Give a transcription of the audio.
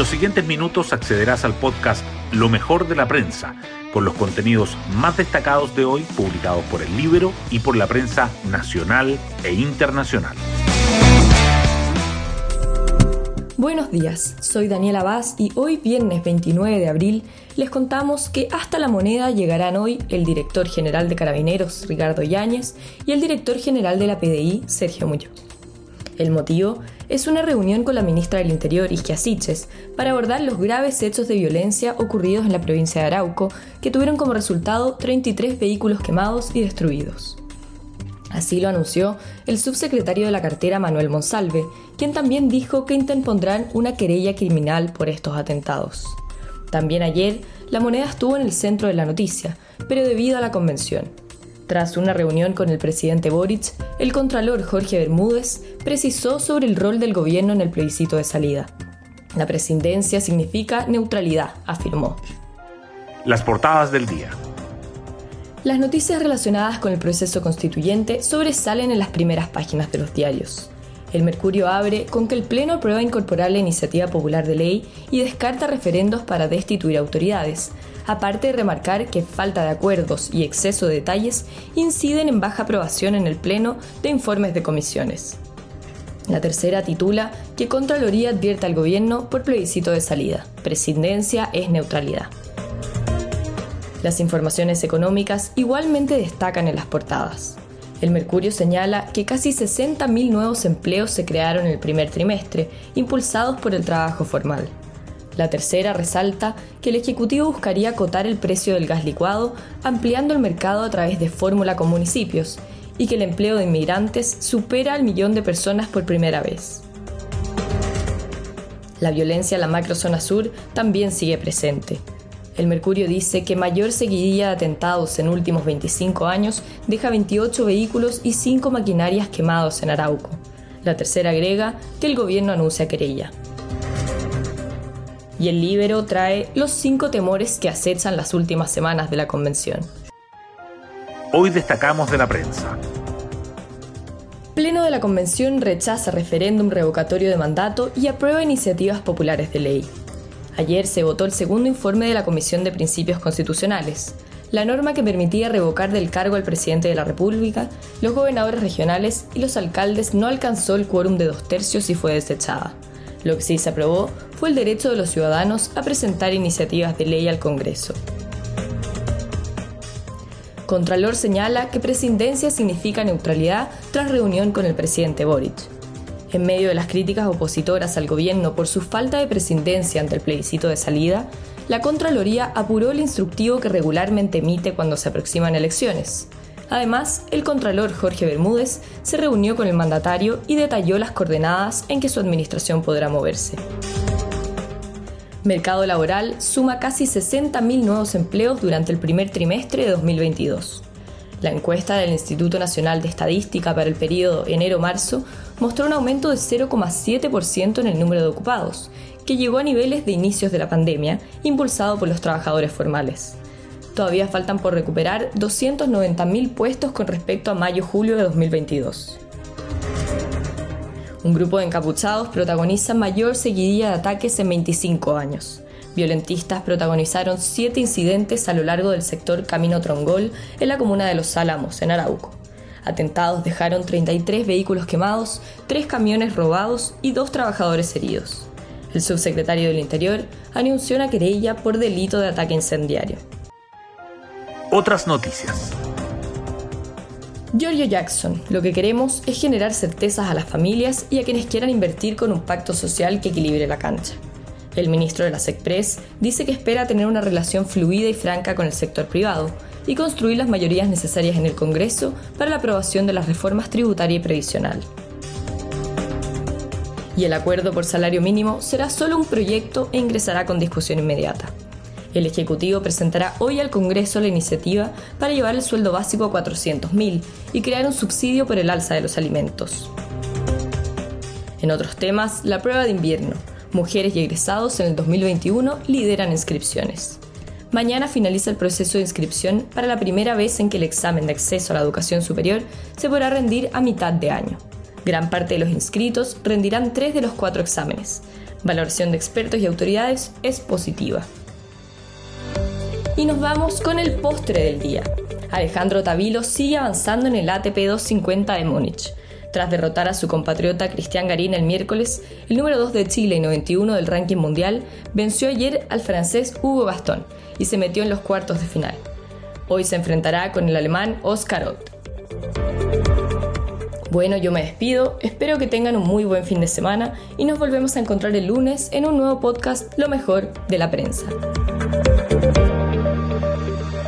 siguientes minutos accederás al podcast Lo mejor de la prensa, con los contenidos más destacados de hoy publicados por El Líbero y por la prensa nacional e internacional. Buenos días, soy Daniela Vaz y hoy, viernes 29 de abril, les contamos que hasta La Moneda llegarán hoy el director general de Carabineros, Ricardo Yáñez, y el director general de la PDI, Sergio Muñoz. El motivo es una reunión con la ministra del Interior, Ixia Siches, para abordar los graves hechos de violencia ocurridos en la provincia de Arauco, que tuvieron como resultado 33 vehículos quemados y destruidos. Así lo anunció el subsecretario de la cartera Manuel Monsalve, quien también dijo que interpondrán una querella criminal por estos atentados. También ayer, La Moneda estuvo en el centro de la noticia, pero debido a la convención. Tras una reunión con el presidente Boric, el contralor Jorge Bermúdez precisó sobre el rol del gobierno en el plebiscito de salida. La presidencia significa neutralidad, afirmó. Las portadas del día. Las noticias relacionadas con el proceso constituyente sobresalen en las primeras páginas de los diarios. El Mercurio abre con que el Pleno aprueba incorporar la iniciativa popular de ley y descarta referendos para destituir autoridades, aparte de remarcar que falta de acuerdos y exceso de detalles inciden en baja aprobación en el Pleno de informes de comisiones. La Tercera titula que Contraloría advierte al gobierno por plebiscito de salida. Presidencia es neutralidad. Las informaciones económicas igualmente destacan en las portadas. El Mercurio señala que casi 60.000 nuevos empleos se crearon en el primer trimestre, impulsados por el trabajo formal. La Tercera resalta que el Ejecutivo buscaría acotar el precio del gas licuado, ampliando el mercado a través de fórmula con municipios, y que el empleo de inmigrantes supera al 1.000.000 de personas por primera vez. La violencia en la macrozona sur también sigue presente. El Mercurio dice que mayor seguidilla de atentados en últimos 25 años deja 28 vehículos y 5 maquinarias quemados en Arauco. La Tercera agrega que el gobierno anuncia querella. Y el Líbero trae los 5 temores que acechan las últimas semanas de la convención. Hoy destacamos de la prensa. Pleno de la convención rechaza referéndum revocatorio de mandato y aprueba iniciativas populares de ley. Ayer se votó el segundo informe de la Comisión de Principios Constitucionales. La norma que permitía revocar del cargo al presidente de la República, los gobernadores regionales y los alcaldes no alcanzó el quórum de 2/3 y fue desechada. Lo que sí se aprobó fue el derecho de los ciudadanos a presentar iniciativas de ley al Congreso. Contralor señala que presidencia significa neutralidad tras reunión con el presidente Boric. En medio de las críticas opositoras al gobierno por su falta de presidencia ante el plebiscito de salida, la Contraloría apuró el instructivo que regularmente emite cuando se aproximan elecciones. Además, el contralor Jorge Bermúdez se reunió con el mandatario y detalló las coordenadas en que su administración podrá moverse. Mercado laboral suma casi 60.000 nuevos empleos durante el primer trimestre de 2022. La encuesta del Instituto Nacional de Estadística para el periodo enero-marzo mostró un aumento de 0,7% en el número de ocupados, que llegó a niveles de inicios de la pandemia, impulsado por los trabajadores formales. Todavía faltan por recuperar 290.000 puestos con respecto a mayo-julio de 2022. Un grupo de encapuchados protagoniza mayor seguidilla de ataques en 25 años. Violentistas protagonizaron 7 incidentes a lo largo del sector Camino Trongol en la comuna de Los Álamos, en Arauco. Atentados dejaron 33 vehículos quemados, 3 camiones robados y 2 trabajadores heridos. El subsecretario del Interior anunció una querella por delito de ataque incendiario. Otras noticias. Giorgio Jackson, lo que queremos es generar certezas a las familias y a quienes quieran invertir con un pacto social que equilibre la cancha. El ministro de la SECPRES dice que espera tener una relación fluida y franca con el sector privado y construir las mayorías necesarias en el Congreso para la aprobación de las reformas tributaria y previsional. Y el acuerdo por salario mínimo será solo un proyecto e ingresará con discusión inmediata. El Ejecutivo presentará hoy al Congreso la iniciativa para llevar el sueldo básico a 400.000 y crear un subsidio por el alza de los alimentos. En otros temas, la prueba de invierno. Mujeres y egresados en el 2021 lideran inscripciones. Mañana finaliza el proceso de inscripción para la primera vez en que el examen de acceso a la educación superior se podrá rendir a mitad de año. Gran parte de los inscritos rendirán 3 de los 4 exámenes. Valoración de expertos y autoridades es positiva. Y nos vamos con el postre del día. Alejandro Tavilo sigue avanzando en el ATP 250 de Múnich. Tras derrotar a su compatriota Cristian Garín el miércoles, el número 2 de Chile y 91 del ranking mundial venció ayer al francés Hugo Gaston y se metió en los cuartos de final. Hoy se enfrentará con el alemán Oskar Ott. Bueno, yo me despido, espero que tengan un muy buen fin de semana y nos volvemos a encontrar el lunes en un nuevo podcast, Lo mejor de la prensa.